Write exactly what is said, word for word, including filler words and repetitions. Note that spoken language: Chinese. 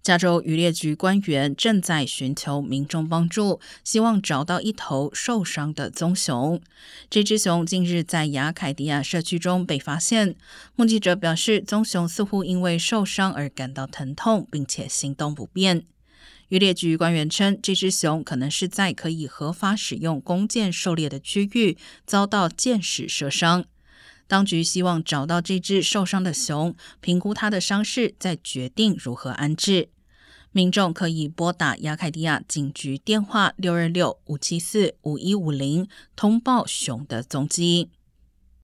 加州渔猎局官员正在寻求民众帮助，希望找到一头受伤的棕熊。这只熊近日在亚凯迪亚社区中被发现，目击者表示，棕熊似乎因为受伤而感到疼痛，并且行动不便。渔猎局官员称，这只熊可能是在可以合法使用弓箭狩猎的区域遭到箭矢射伤。当局希望找到这只受伤的熊，评估它的伤势，再决定如何安置。民众可以拨打亚凯迪亚警局电话六二六五七四五一五零通报熊的踪迹。